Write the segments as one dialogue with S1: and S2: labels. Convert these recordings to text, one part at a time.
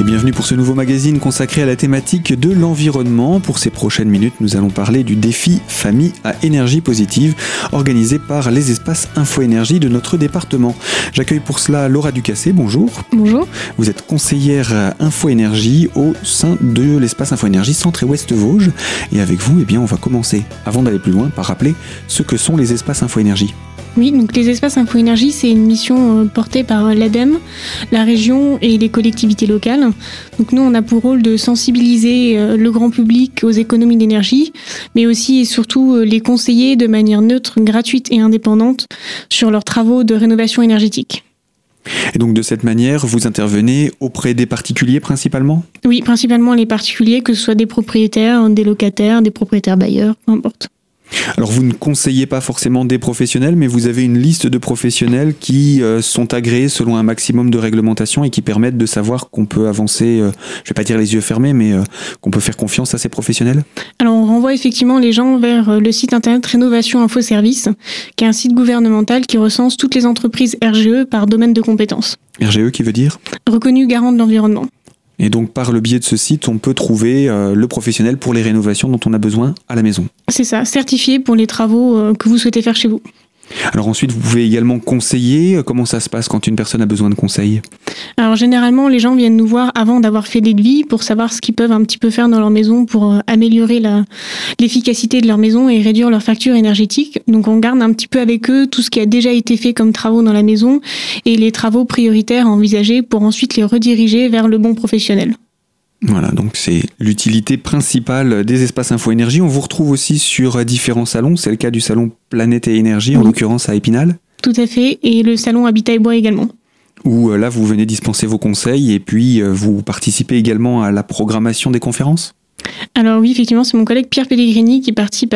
S1: Bienvenue pour ce nouveau magazine consacré à la thématique de l'environnement. Pour ces prochaines minutes, nous allons parler du défi Famille à énergie positive organisé par les espaces Info-Énergie de notre département. J'accueille pour cela Laura Ducassé, bonjour.
S2: Bonjour.
S1: Vous êtes conseillère Info-Énergie au sein de l'espace Info-Énergie Centre et Ouest Vosges. Et avec vous, on va commencer, avant d'aller plus loin, par rappeler ce que sont les espaces Info-Énergie.
S2: Oui, donc les espaces Info-Énergie, c'est une mission portée par l'ADEME, la région et les collectivités locales. Donc nous, on a pour rôle de sensibiliser le grand public aux économies d'énergie, mais aussi et surtout les conseiller de manière neutre, gratuite et indépendante sur leurs travaux de rénovation énergétique.
S1: Et donc de cette manière, vous intervenez auprès des particuliers principalement ?
S2: Oui, principalement les particuliers, que ce soit des propriétaires, des locataires, des propriétaires bailleurs, peu importe.
S1: Alors vous ne conseillez pas forcément des professionnels, mais vous avez une liste de professionnels qui sont agréés selon un maximum de réglementation et qui permettent de savoir qu'on peut avancer, je ne vais pas dire les yeux fermés, mais qu'on peut faire confiance à ces professionnels ?
S2: Alors on renvoie effectivement les gens vers le site internet Rénovation Info Service, qui est un site gouvernemental qui recense toutes les entreprises RGE par domaine de compétences.
S1: RGE qui veut dire ?
S2: Reconnu garant de l'environnement.
S1: Et donc, par le biais de ce site, on peut trouver le professionnel pour les rénovations dont on a besoin à la maison.
S2: C'est ça, certifié pour les travaux que vous souhaitez faire chez vous.
S1: Alors ensuite, vous pouvez également conseiller. Comment ça se passe quand une personne a besoin de conseils ?
S2: Alors généralement, les gens viennent nous voir avant d'avoir fait des devis pour savoir ce qu'ils peuvent un petit peu faire dans leur maison pour améliorer l'efficacité de leur maison et réduire leur facture énergétique. Donc on garde un petit peu avec eux tout ce qui a déjà été fait comme travaux dans la maison et les travaux prioritaires à envisager pour ensuite les rediriger vers le bon professionnel.
S1: Voilà, donc c'est l'utilité principale des espaces Info-Énergie. On vous retrouve aussi sur différents salons. C'est le cas du salon Planète et Énergie, en l'occurrence à Épinal.
S2: Tout à fait, et le salon Habitat et Bois également.
S1: Où là, vous venez dispenser vos conseils et puis vous participez également à la programmation des conférences ?
S2: Alors oui, effectivement, c'est mon collègue Pierre Pellegrini qui participe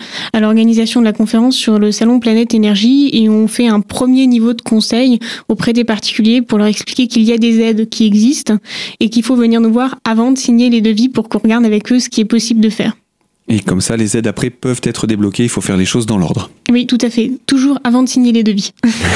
S2: à l'organisation de la conférence sur le salon Planète Énergie et on fait un premier niveau de conseil auprès des particuliers pour leur expliquer qu'il y a des aides qui existent et qu'il faut venir nous voir avant de signer les devis pour qu'on regarde avec eux ce qui est possible de faire.
S1: Et comme ça, les aides après peuvent être débloquées, il faut faire les choses dans l'ordre.
S2: Oui, tout à fait. Toujours avant de signer les devis.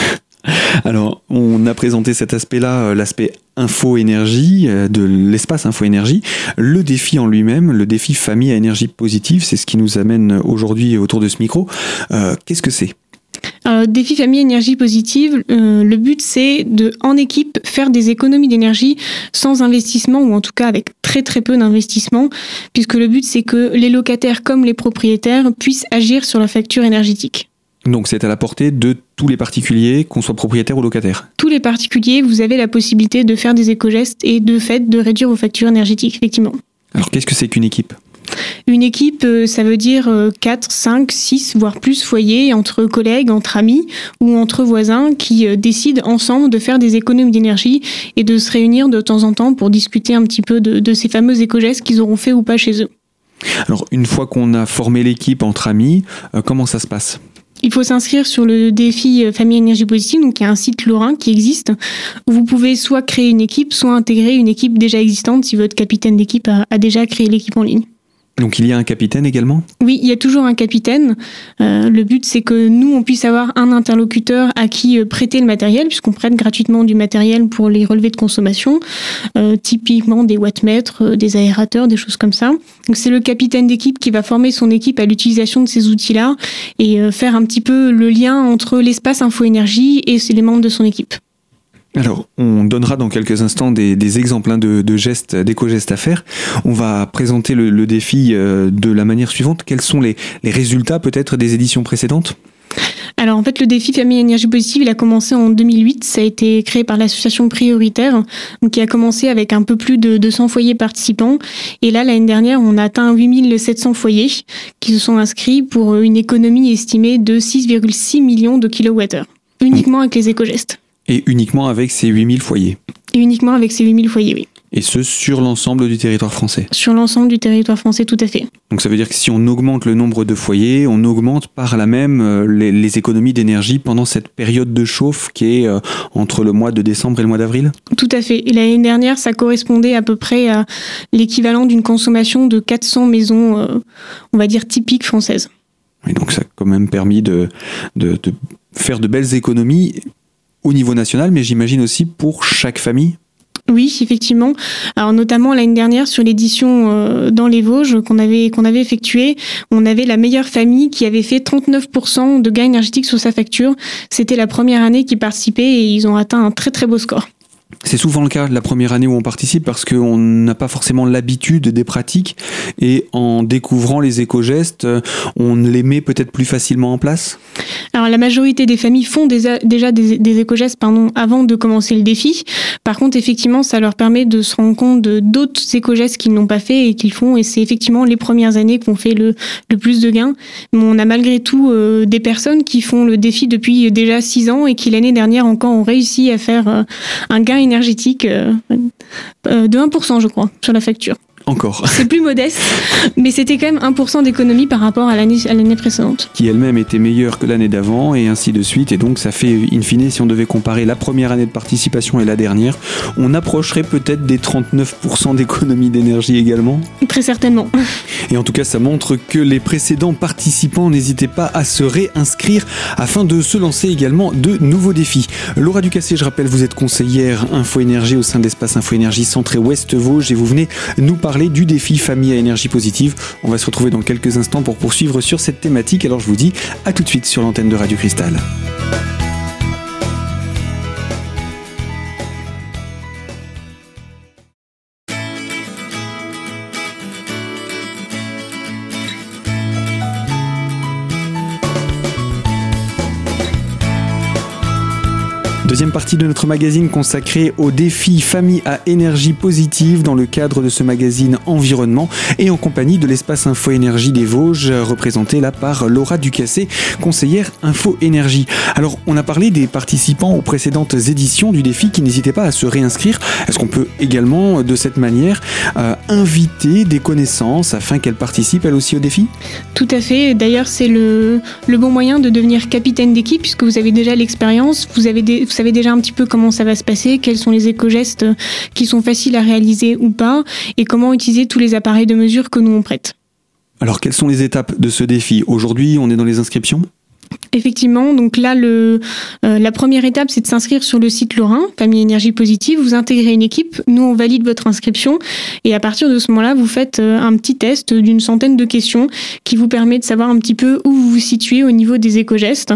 S1: Alors, on a présenté cet aspect-là, l'aspect Info-Énergie, de l'espace Info-Énergie. Le défi en lui-même, le défi Famille à énergie positive, c'est ce qui nous amène aujourd'hui autour de ce micro. Qu'est-ce que c'est ?
S2: Alors, défi Famille énergie positive, le but c'est de, en équipe, faire des économies d'énergie sans investissement ou en tout cas avec très très peu d'investissement, puisque le but c'est que les locataires comme les propriétaires puissent agir sur la facture énergétique.
S1: Donc c'est à la portée de tous les particuliers, qu'on soit propriétaire ou locataire.
S2: Tous les particuliers, vous avez la possibilité de faire des éco-gestes et de fait de réduire vos factures énergétiques, effectivement.
S1: Alors qu'est-ce que c'est qu'une équipe ?
S2: Une équipe, ça veut dire 4, 5, 6, voire plus foyers, entre collègues, entre amis ou entre voisins qui décident ensemble de faire des économies d'énergie et de se réunir de temps en temps pour discuter un petit peu de ces fameux éco-gestes qu'ils auront fait ou pas chez eux.
S1: Alors une fois qu'on a formé l'équipe entre amis, comment ça se passe ?
S2: Il faut s'inscrire sur le défi Famille Énergie Positive, donc il y a un site lorrain qui existe, où vous pouvez soit créer une équipe, soit intégrer une équipe déjà existante si votre capitaine d'équipe a déjà créé l'équipe en ligne.
S1: Donc il y a un capitaine également ?
S2: Oui, il y a toujours un capitaine. Le but, c'est que nous, on puisse avoir un interlocuteur à qui prêter le matériel, puisqu'on prête gratuitement du matériel pour les relevés de consommation, typiquement des wattmètres, des aérateurs, des choses comme ça. Donc c'est le capitaine d'équipe qui va former son équipe à l'utilisation de ces outils-là et faire un petit peu le lien entre l'espace Info-Énergie et les membres de son équipe.
S1: Alors, on donnera dans quelques instants des exemples de gestes, d'éco-gestes à faire. On va présenter le défi de la manière suivante. Quels sont les résultats peut-être des éditions précédentes ?
S2: Alors en fait, le défi Famille Énergie Positive, il a commencé en 2008. Ça a été créé par l'association Prioritaire, donc qui a commencé avec un peu plus de 200 foyers participants. Et là, l'année dernière, on a atteint 8700 foyers qui se sont inscrits pour une économie estimée de 6,6 millions de kilowattheures, uniquement avec les éco-gestes.
S1: Et uniquement avec ces 8000 foyers.
S2: Et uniquement avec ces 8000 foyers, oui.
S1: Et ce, sur l'ensemble du territoire français.
S2: Sur l'ensemble du territoire français, tout à fait.
S1: Donc ça veut dire que si on augmente le nombre de foyers, on augmente par là même les économies d'énergie pendant cette période de chauffe qui est entre le mois de décembre et le mois d'avril ?
S2: Tout à fait. Et l'année dernière, ça correspondait à peu près à l'équivalent d'une consommation de 400 maisons, on va dire, typiques françaises.
S1: Et donc ça a quand même permis de faire de belles économies au niveau national, mais j'imagine aussi pour chaque famille.
S2: Oui, effectivement. Alors notamment l'année dernière sur l'édition dans les Vosges qu'on avait effectuée, on avait la meilleure famille qui avait fait 39% de gain énergétique sur sa facture. C'était la première année qu'ils participaient et ils ont atteint un très très beau score.
S1: C'est souvent le cas la première année où on participe parce qu'on n'a pas forcément l'habitude des pratiques et en découvrant les éco-gestes, on les met peut-être plus facilement en place.
S2: Alors la majorité des familles font déjà des éco-gestes avant de commencer le défi. Par contre, effectivement, ça leur permet de se rendre compte d'autres éco-gestes qu'ils n'ont pas fait et qu'ils font. Et c'est effectivement les premières années qu'on fait le plus de gains. Mais on a malgré tout des personnes qui font le défi depuis déjà 6 ans et qui l'année dernière encore ont réussi à faire un gain énergétique de 1%, je crois, sur la facture.
S1: Encore.
S2: C'est plus modeste, mais c'était quand même 1% d'économie par rapport à l'année précédente.
S1: Qui elle-même était meilleure que l'année d'avant et ainsi de suite. Et donc ça fait, in fine, si on devait comparer la première année de participation et la dernière, on approcherait peut-être des 39% d'économie d'énergie également.
S2: Très certainement.
S1: Et en tout cas, ça montre que les précédents participants n'hésitaient pas à se réinscrire afin de se lancer également de nouveaux défis. Laura Ducassé, je rappelle, vous êtes conseillère Info Énergie au sein de l'espace Info Énergie Centre et Ouest Vosges et vous venez nous parler du défi famille à énergie positive. On va se retrouver dans quelques instants pour poursuivre sur cette thématique. Alors je vous dis à tout de suite sur l'antenne de Radio Cristal. Deuxième partie de notre magazine consacrée au défi famille à énergie positive dans le cadre de ce magazine environnement et en compagnie de l'espace Info Énergie des Vosges, représenté là par Laura Ducassé, conseillère Info Énergie. Alors, on a parlé des participants aux précédentes éditions du défi qui n'hésitaient pas à se réinscrire. Est-ce qu'on peut également, de cette manière, inviter des connaissances afin qu'elles participent elles aussi au défi ?
S2: Tout à fait. D'ailleurs, c'est le bon moyen de devenir capitaine d'équipe puisque vous avez déjà l'expérience, vous savez déjà un petit peu comment ça va se passer, quels sont les éco-gestes qui sont faciles à réaliser ou pas, et comment utiliser tous les appareils de mesure que nous on prête.
S1: Alors, quelles sont les étapes de ce défi ? Aujourd'hui, on est dans les inscriptions ?
S2: Effectivement, donc là, la première étape, c'est de s'inscrire sur le site Lorrain, Famille Énergie Positive. Vous intégrez une équipe, nous, on valide votre inscription. Et à partir de ce moment-là, vous faites un petit test d'une centaine de questions qui vous permet de savoir un petit peu où vous vous situez au niveau des éco-gestes.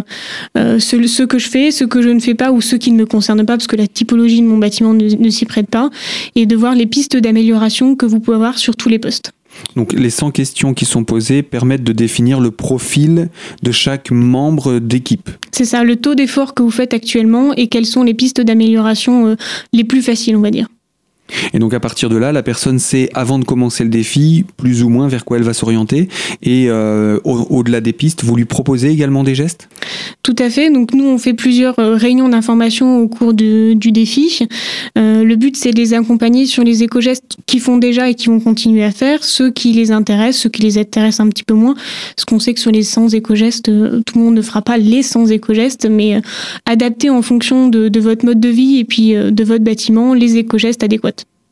S2: Ce que je fais, ce que je ne fais pas ou ceux qui ne me concernent pas, parce que la typologie de mon bâtiment ne s'y prête pas. Et de voir les pistes d'amélioration que vous pouvez avoir sur tous les postes.
S1: Donc les 100 questions qui sont posées permettent de définir le profil de chaque membre d'équipe.
S2: C'est ça, le taux d'effort que vous faites actuellement et quelles sont les pistes d'amélioration les plus faciles, on va dire.
S1: Et donc à partir de là, la personne sait, avant de commencer le défi, plus ou moins vers quoi elle va s'orienter. Et au-delà des pistes, vous lui proposez également des gestes ?
S2: Tout à fait. Donc nous, on fait plusieurs réunions d'information au cours du défi. Le but, c'est de les accompagner sur les éco-gestes qu'ils font déjà et qui vont continuer à faire, ceux qui les intéressent, ceux qui les intéressent un petit peu moins. Parce qu'on sait que sur les 100 éco-gestes, tout le monde ne fera pas les 100 éco-gestes, mais adapter en fonction de votre mode de vie et puis de votre bâtiment les éco-gestes adéquats.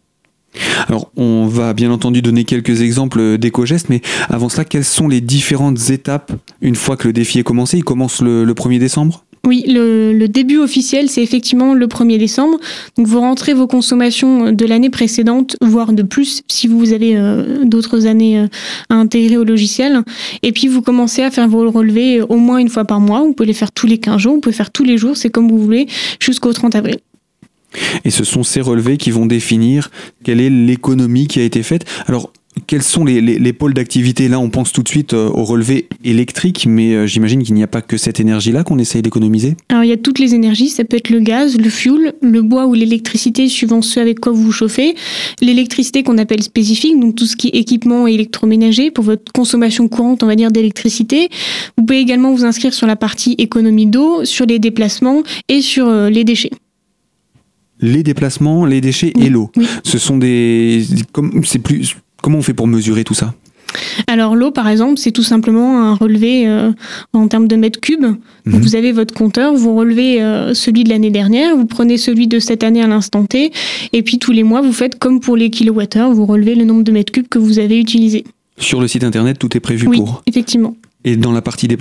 S1: Alors, on va bien entendu donner quelques exemples d'éco-gestes, mais avant cela, quelles sont les différentes étapes une fois que le défi est commencé ? Il commence le 1er décembre ?
S2: Oui, le début officiel, c'est effectivement le 1er décembre. Donc, vous rentrez vos consommations de l'année précédente, voire de plus, si vous avez d'autres années à intégrer au logiciel. Et puis, vous commencez à faire vos relevés au moins une fois par mois. Vous pouvez les faire tous les 15 jours, vous pouvez faire tous les jours, c'est comme vous voulez, jusqu'au 30 avril.
S1: Et ce sont ces relevés qui vont définir quelle est l'économie qui a été faite. Alors, quels sont les pôles d'activité ? Là, on pense tout de suite au relevé électrique, mais j'imagine qu'il n'y a pas que cette énergie-là qu'on essaye d'économiser.
S2: Alors, il y a toutes les énergies, ça peut être le gaz, le fuel, le bois ou l'électricité, suivant ce avec quoi vous vous chauffez. L'électricité qu'on appelle spécifique, donc tout ce qui est équipement électroménager, pour votre consommation courante, on va dire, d'électricité. Vous pouvez également vous inscrire sur la partie économie d'eau, sur les déplacements et sur les déchets.
S1: Les déplacements, les déchets et l'eau. Oui. Ce sont comment on fait pour mesurer tout ça ?
S2: Alors l'eau, par exemple, c'est tout simplement un relevé en termes de mètres cubes. Donc, vous avez votre compteur, vous relevez celui de l'année dernière, vous prenez celui de cette année à l'instant T, et puis tous les mois, vous faites comme pour les kilowattheures, vous relevez le nombre de mètres cubes que vous avez utilisé.
S1: Sur le site internet, tout est prévu
S2: pour ?
S1: Oui,
S2: effectivement.
S1: Et dans la partie déplacement ?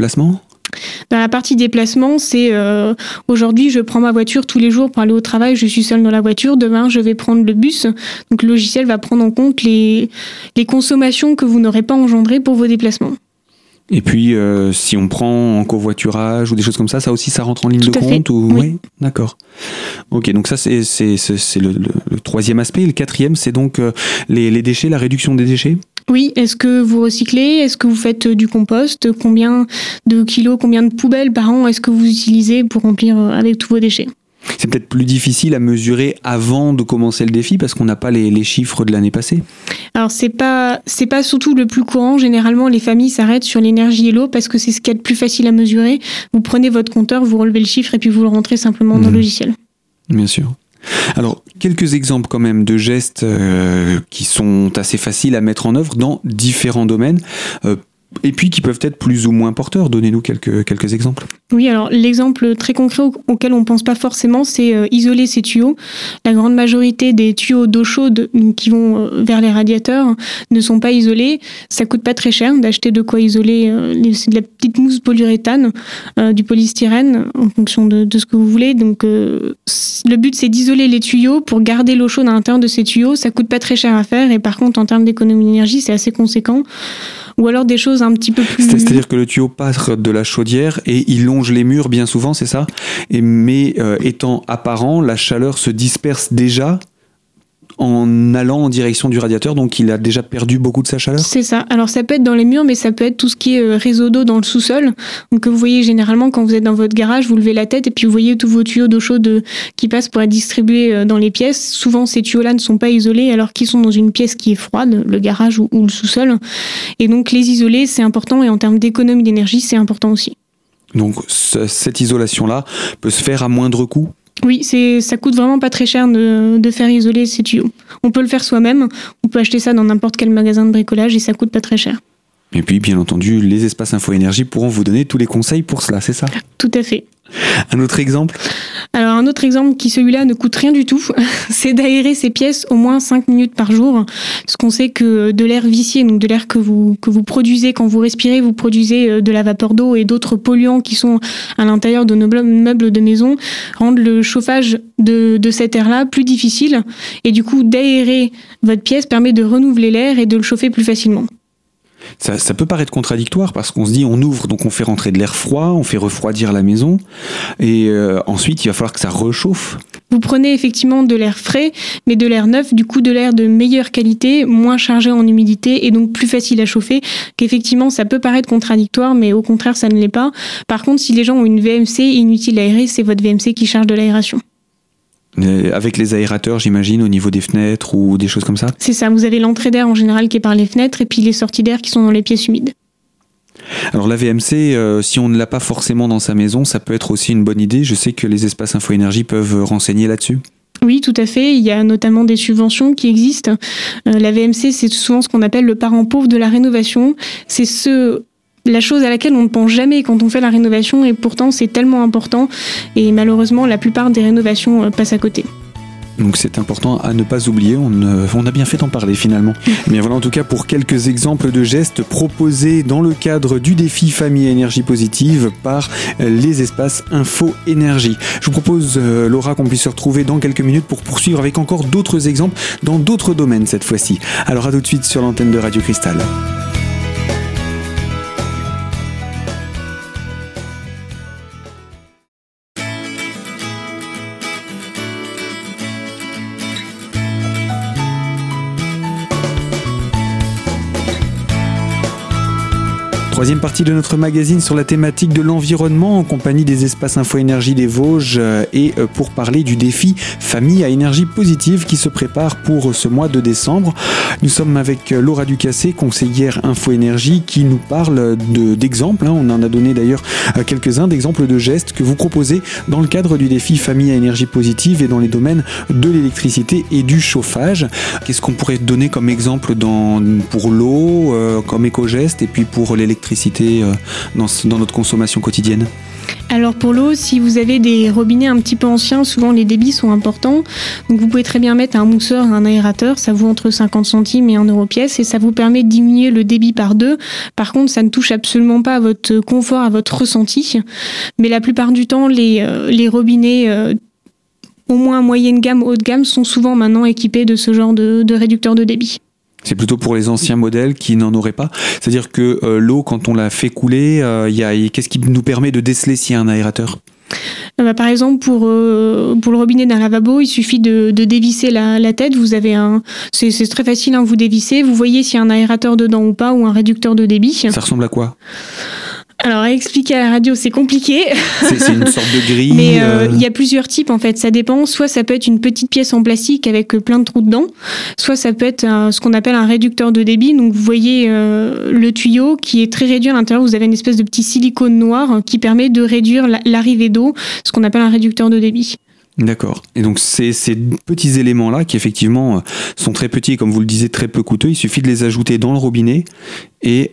S2: Dans la partie déplacement, c'est aujourd'hui, je prends ma voiture tous les jours pour aller au travail, je suis seule dans la voiture. Demain, je vais prendre le bus. Donc, le logiciel va prendre en compte les consommations que vous n'aurez pas engendrées pour vos déplacements.
S1: Et puis, si on prend en covoiturage ou des choses comme ça aussi, ça rentre en ligne de compte ou...
S2: Oui,
S1: d'accord. Ok, donc ça, c'est le troisième aspect. Le quatrième, c'est donc les déchets, la réduction des déchets.
S2: Oui, est-ce que vous recyclez? Est-ce que vous faites du compost? Combien de kilos, combien de poubelles par an est-ce que vous utilisez pour remplir avec tous vos déchets?
S1: C'est peut-être plus difficile à mesurer avant de commencer le défi parce qu'on n'a pas les chiffres de l'année passée.
S2: Alors c'est pas surtout le plus courant. Généralement, les familles s'arrêtent sur l'énergie et l'eau parce que c'est ce qu'il y a de plus facile à mesurer. Vous prenez votre compteur, vous relevez le chiffre et puis vous le rentrez simplement dans le logiciel.
S1: Bien sûr. Alors, quelques exemples quand même de gestes qui sont assez faciles à mettre en œuvre dans différents domaines. Et puis qui peuvent être plus ou moins porteurs. Donnez-nous quelques exemples.
S2: Oui, alors l'exemple très concret auquel on ne pense pas forcément, c'est isoler ses tuyaux. La grande majorité des tuyaux d'eau chaude qui vont vers les radiateurs ne sont pas isolés. Ça coûte pas très cher d'acheter de quoi isoler. C'est de la petite mousse polyuréthane, du polystyrène, en fonction de ce que vous voulez. Donc le but, c'est d'isoler les tuyaux pour garder l'eau chaude à l'intérieur de ces tuyaux. Ça coûte pas très cher à faire et par contre, en termes d'économie d'énergie, c'est assez conséquent. Ou alors des choses un petit peu plus...
S1: C'est-à-dire que le tuyau passe de la chaudière et il longe les murs bien souvent, c'est ça ? Mais étant apparent, la chaleur se disperse déjà en allant en direction du radiateur, donc il a déjà perdu beaucoup de sa chaleur ?
S2: C'est ça. Alors ça peut être dans les murs, mais ça peut être tout ce qui est réseau d'eau dans le sous-sol. Donc vous voyez généralement quand vous êtes dans votre garage, vous levez la tête et puis vous voyez tous vos tuyaux d'eau chaude qui passent pour être distribués dans les pièces. Souvent ces tuyaux-là ne sont pas isolés alors qu'ils sont dans une pièce qui est froide, le garage ou le sous-sol. Et donc les isoler, c'est important et en termes d'économie d'énergie, c'est important aussi.
S1: Donc cette isolation-là peut se faire à moindre coût ?
S2: Oui, ça coûte vraiment pas très cher de faire isoler ces tuyaux. On peut le faire soi-même, on peut acheter ça dans n'importe quel magasin de bricolage et ça coûte pas très cher.
S1: Et puis, bien entendu, les espaces Info Énergie pourront vous donner tous les conseils pour cela, c'est ça ?
S2: Tout à fait.
S1: Un autre exemple ?
S2: Alors un autre exemple qui celui-là ne coûte rien du tout, c'est d'aérer ses pièces au moins 5 minutes par jour. Parce qu'on sait que de l'air vicié, donc de l'air que vous produisez quand vous respirez, vous produisez de la vapeur d'eau et d'autres polluants qui sont à l'intérieur de nos meubles de maison, rendent le chauffage de cet air-là plus difficile. Et du coup, d'aérer votre pièce permet de renouveler l'air et de le chauffer plus facilement.
S1: Ça peut paraître contradictoire parce qu'on se dit on ouvre, donc on fait rentrer de l'air froid, on fait refroidir la maison et ensuite il va falloir que ça réchauffe.
S2: Vous prenez effectivement de l'air frais, mais de l'air neuf, du coup de l'air de meilleure qualité, moins chargé en humidité et donc plus facile à chauffer. Qu'effectivement ça peut paraître contradictoire, mais au contraire ça ne l'est pas. Par contre, si les gens ont une VMC inutile à aérer, c'est votre VMC qui charge de l'aération.
S1: Avec les aérateurs, j'imagine, au niveau des fenêtres ou des choses comme ça ?
S2: C'est ça, vous avez l'entrée d'air en général qui est par les fenêtres et puis les sorties d'air qui sont dans les pièces humides.
S1: Alors la VMC, si on ne l'a pas forcément dans sa maison, ça peut être aussi une bonne idée. Je sais que les espaces Info Énergie peuvent renseigner là-dessus.
S2: Oui, tout à fait. Il y a notamment des subventions qui existent. La VMC, c'est souvent ce qu'on appelle le parent pauvre de la rénovation. C'est la chose à laquelle on ne pense jamais quand on fait la rénovation et pourtant c'est tellement important et malheureusement la plupart des rénovations passent à côté.
S1: Donc c'est important à ne pas oublier, on a bien fait d'en parler finalement. Mais voilà en tout cas pour quelques exemples de gestes proposés dans le cadre du défi Famille à énergie positive par les espaces Info Énergie. Je vous propose Laura qu'on puisse se retrouver dans quelques minutes pour poursuivre avec encore d'autres exemples dans d'autres domaines cette fois-ci. Alors à tout de suite sur l'antenne de Radio Cristal. Troisième partie de notre magazine sur la thématique de l'environnement en compagnie des espaces Info Énergie des Vosges et pour parler du défi Famille à énergie positive qui se prépare pour ce mois de décembre. Nous sommes avec Laura Ducassé, conseillère Info Énergie, qui nous parle d'exemples. On en a donné d'ailleurs quelques-uns d'exemples de gestes que vous proposez dans le cadre du défi Famille à énergie positive et dans les domaines de l'électricité et du chauffage. Qu'est-ce qu'on pourrait donner comme exemple pour l'eau, comme éco-geste et puis pour l'électricité l'électricité dans notre consommation quotidienne ?
S2: Alors pour l'eau, si vous avez des robinets un petit peu anciens, souvent les débits sont importants. Donc vous pouvez très bien mettre un mousseur, un aérateur, ça vaut entre 50 centimes et 1 euro pièce et ça vous permet de diminuer le débit par 2. Par contre, ça ne touche absolument pas à votre confort, à votre ressenti. Mais la plupart du temps, les robinets au moins moyenne gamme, haute gamme sont souvent maintenant équipés de ce genre de réducteur de débit.
S1: C'est plutôt pour les anciens modèles qui n'en auraient pas. C'est-à-dire que l'eau, quand on la fait couler, qu'est-ce qui nous permet de déceler s'il y a un aérateur ?
S2: Par exemple, pour le robinet d'un lavabo, il suffit de dévisser la tête. Vous avez c'est très facile, vous dévissez, vous voyez s'il y a un aérateur dedans ou pas, ou un réducteur de débit.
S1: Ça ressemble à quoi ?
S2: Alors, à expliquer à la radio, c'est compliqué.
S1: C'est une sorte de grille.
S2: Mais il y a plusieurs types, en fait. Ça dépend. Soit ça peut être une petite pièce en plastique avec plein de trous dedans. Soit ça peut être ce qu'on appelle un réducteur de débit. Donc, vous voyez le tuyau qui est très réduit à l'intérieur. Vous avez une espèce de petit silicone noir qui permet de réduire l'arrivée d'eau, ce qu'on appelle un réducteur de débit.
S1: D'accord. Et donc ces petits éléments-là, qui effectivement sont très petits et comme vous le disiez très peu coûteux, il suffit de les ajouter dans le robinet et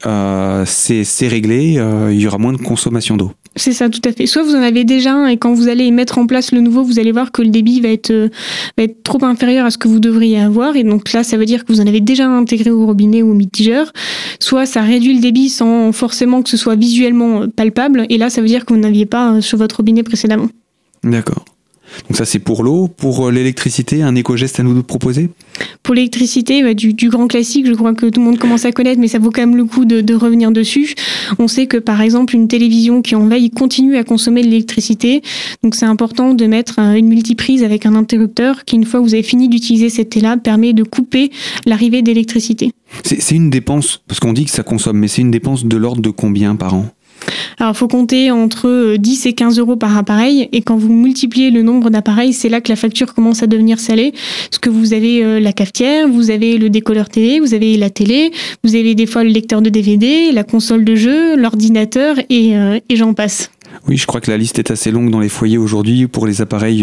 S1: c'est réglé, il y aura moins de consommation d'eau.
S2: C'est ça, tout à fait. Soit vous en avez déjà un et quand vous allez mettre en place le nouveau, vous allez voir que le débit va être trop inférieur à ce que vous devriez avoir. Et donc là, ça veut dire que vous en avez déjà intégré au robinet ou au mitigeur. Soit ça réduit le débit sans forcément que ce soit visuellement palpable. Et là, ça veut dire que vous n'aviez pas sur votre robinet précédemment.
S1: D'accord. Donc ça, c'est pour l'eau. Pour l'électricité, un éco-geste à nous proposer ?
S2: Pour l'électricité, du grand classique, je crois que tout le monde commence à connaître, mais ça vaut quand même le coup de revenir dessus. On sait que, par exemple, une télévision qui est en veille continue à consommer de l'électricité. Donc c'est important de mettre une multiprise avec un interrupteur qui, une fois que vous avez fini d'utiliser cette télé-là, permet de couper l'arrivée d'électricité.
S1: C'est une dépense, parce qu'on dit que ça consomme, mais c'est une dépense de l'ordre de combien par an ?
S2: Alors, il faut compter entre 10 et 15 euros par appareil. Et quand vous multipliez le nombre d'appareils, c'est là que la facture commence à devenir salée. Parce que vous avez la cafetière, vous avez le décolleur télé, vous avez la télé, vous avez des fois le lecteur de DVD, la console de jeu, l'ordinateur et j'en passe.
S1: Oui, je crois que la liste est assez longue dans les foyers aujourd'hui pour les appareils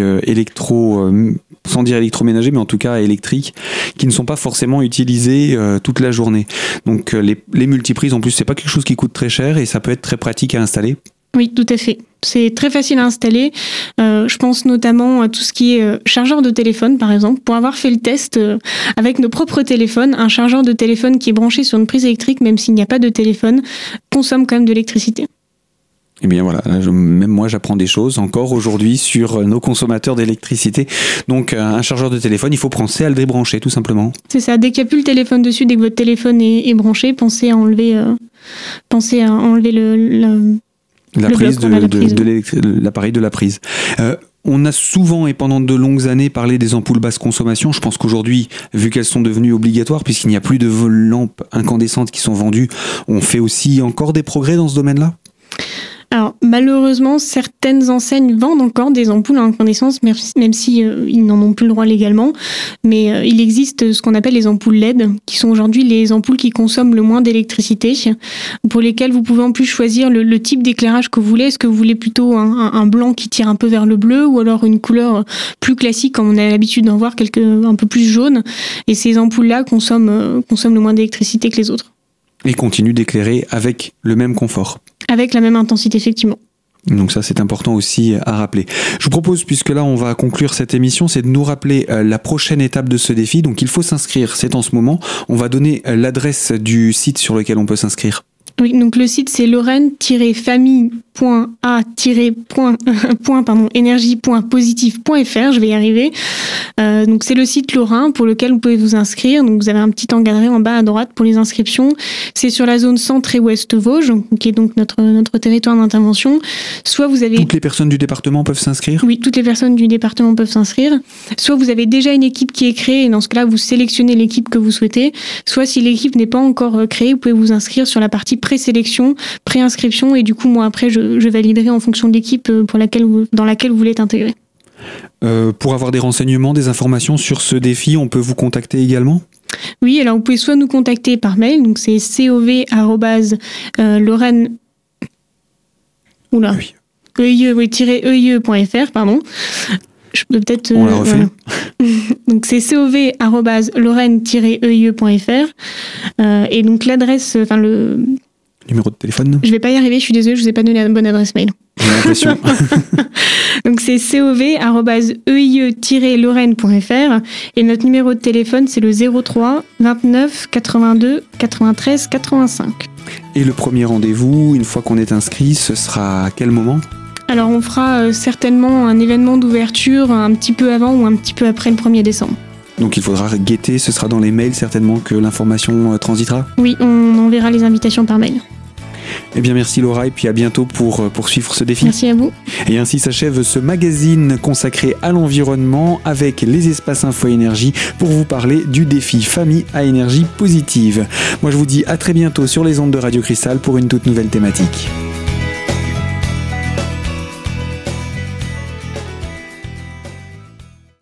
S1: sans dire électroménagers, mais en tout cas électriques, qui ne sont pas forcément utilisés toute la journée. Donc les multiprises, en plus, c'est pas quelque chose qui coûte très cher et ça peut être très pratique à installer.
S2: Oui, tout à fait. C'est très facile à installer. Je pense notamment à tout ce qui est chargeur de téléphone, par exemple. Pour avoir fait le test avec nos propres téléphones, un chargeur de téléphone qui est branché sur une prise électrique, même s'il n'y a pas de téléphone, consomme quand même de l'électricité.
S1: Eh bien voilà, même moi j'apprends des choses encore aujourd'hui sur nos consommateurs d'électricité. Donc un chargeur de téléphone, il faut penser à le débrancher tout simplement.
S2: C'est ça, dès qu'il n'y a plus le téléphone dessus, dès que votre téléphone est branché, pensez à enlever
S1: l'appareil de la prise. On a souvent et pendant de longues années parlé des ampoules basse consommation. Je pense qu'aujourd'hui, vu qu'elles sont devenues obligatoires, puisqu'il n'y a plus de lampes incandescentes qui sont vendues, on fait aussi encore des progrès dans ce domaine-là ?
S2: Alors, malheureusement, certaines enseignes vendent encore des ampoules à incandescence, même si ils n'en ont plus le droit légalement. Mais il existe ce qu'on appelle les ampoules LED, qui sont aujourd'hui les ampoules qui consomment le moins d'électricité, pour lesquelles vous pouvez en plus choisir le type d'éclairage que vous voulez. Est-ce que vous voulez plutôt un blanc qui tire un peu vers le bleu, ou alors une couleur plus classique, comme on a l'habitude d'en voir, un peu plus jaune. Et ces ampoules-là consomment le moins d'électricité que les autres.
S1: Et continuent d'éclairer avec le même confort.
S2: Avec la même intensité, effectivement.
S1: Donc ça, c'est important aussi à rappeler. Je vous propose, puisque là, on va conclure cette émission, c'est de nous rappeler la prochaine étape de ce défi. Donc il faut s'inscrire, c'est en ce moment. On va donner l'adresse du site sur lequel on peut s'inscrire.
S2: Oui, donc le site, c'est lorraine-famille.a-énergie.positif.fr, je vais y arriver. Donc c'est le site Lorrain pour lequel vous pouvez vous inscrire. Donc vous avez un petit encadré en bas à droite pour les inscriptions. C'est sur la zone centre et ouest Vosges, qui est donc notre territoire d'intervention. Soit vous avez...
S1: Toutes les personnes du département peuvent s'inscrire ?
S2: Oui, toutes les personnes du département peuvent s'inscrire. Soit vous avez déjà une équipe qui est créée, et dans ce cas-là, vous sélectionnez l'équipe que vous souhaitez. Soit si l'équipe n'est pas encore créée, vous pouvez vous inscrire sur la partie présélection, préinscription, et du coup, moi, après, je validerai en fonction de l'équipe dans laquelle vous voulez être intégré.
S1: Pour avoir des renseignements, des informations sur ce défi, on peut vous contacter également ?
S2: Oui, alors vous pouvez soit nous contacter par mail, donc c'est cov@lorraine... Oula.
S1: Oui.
S2: EIE-EIE.fr, pardon. Je peux peut-être...
S1: On l'a refait.
S2: Voilà. Donc c'est cov@lorraine-eie.fr. Et donc l'adresse,
S1: numéro de téléphone?
S2: Je vais pas y arriver, je suis désolée, je vous ai pas donné la bonne adresse mail.
S1: J'ai l'impression.
S2: Donc c'est cov@eie-lorraine.fr et notre numéro de téléphone c'est le 03 29 82 93 85.
S1: Et le premier rendez-vous, une fois qu'on est inscrit, ce sera à quel moment?
S2: Alors on fera certainement un événement d'ouverture un petit peu avant ou un petit peu après le 1er décembre.
S1: Donc il faudra guetter, ce sera dans les mails certainement que l'information transitera?
S2: Oui, on enverra les invitations par mail.
S1: Eh bien merci Laura et puis à bientôt pour poursuivre ce défi.
S2: Merci à vous.
S1: Et ainsi s'achève ce magazine consacré à l'environnement avec les espaces Info Énergie pour vous parler du défi Famille à énergie positive. Moi je vous dis à très bientôt sur les ondes de Radio Cristal pour une toute nouvelle thématique.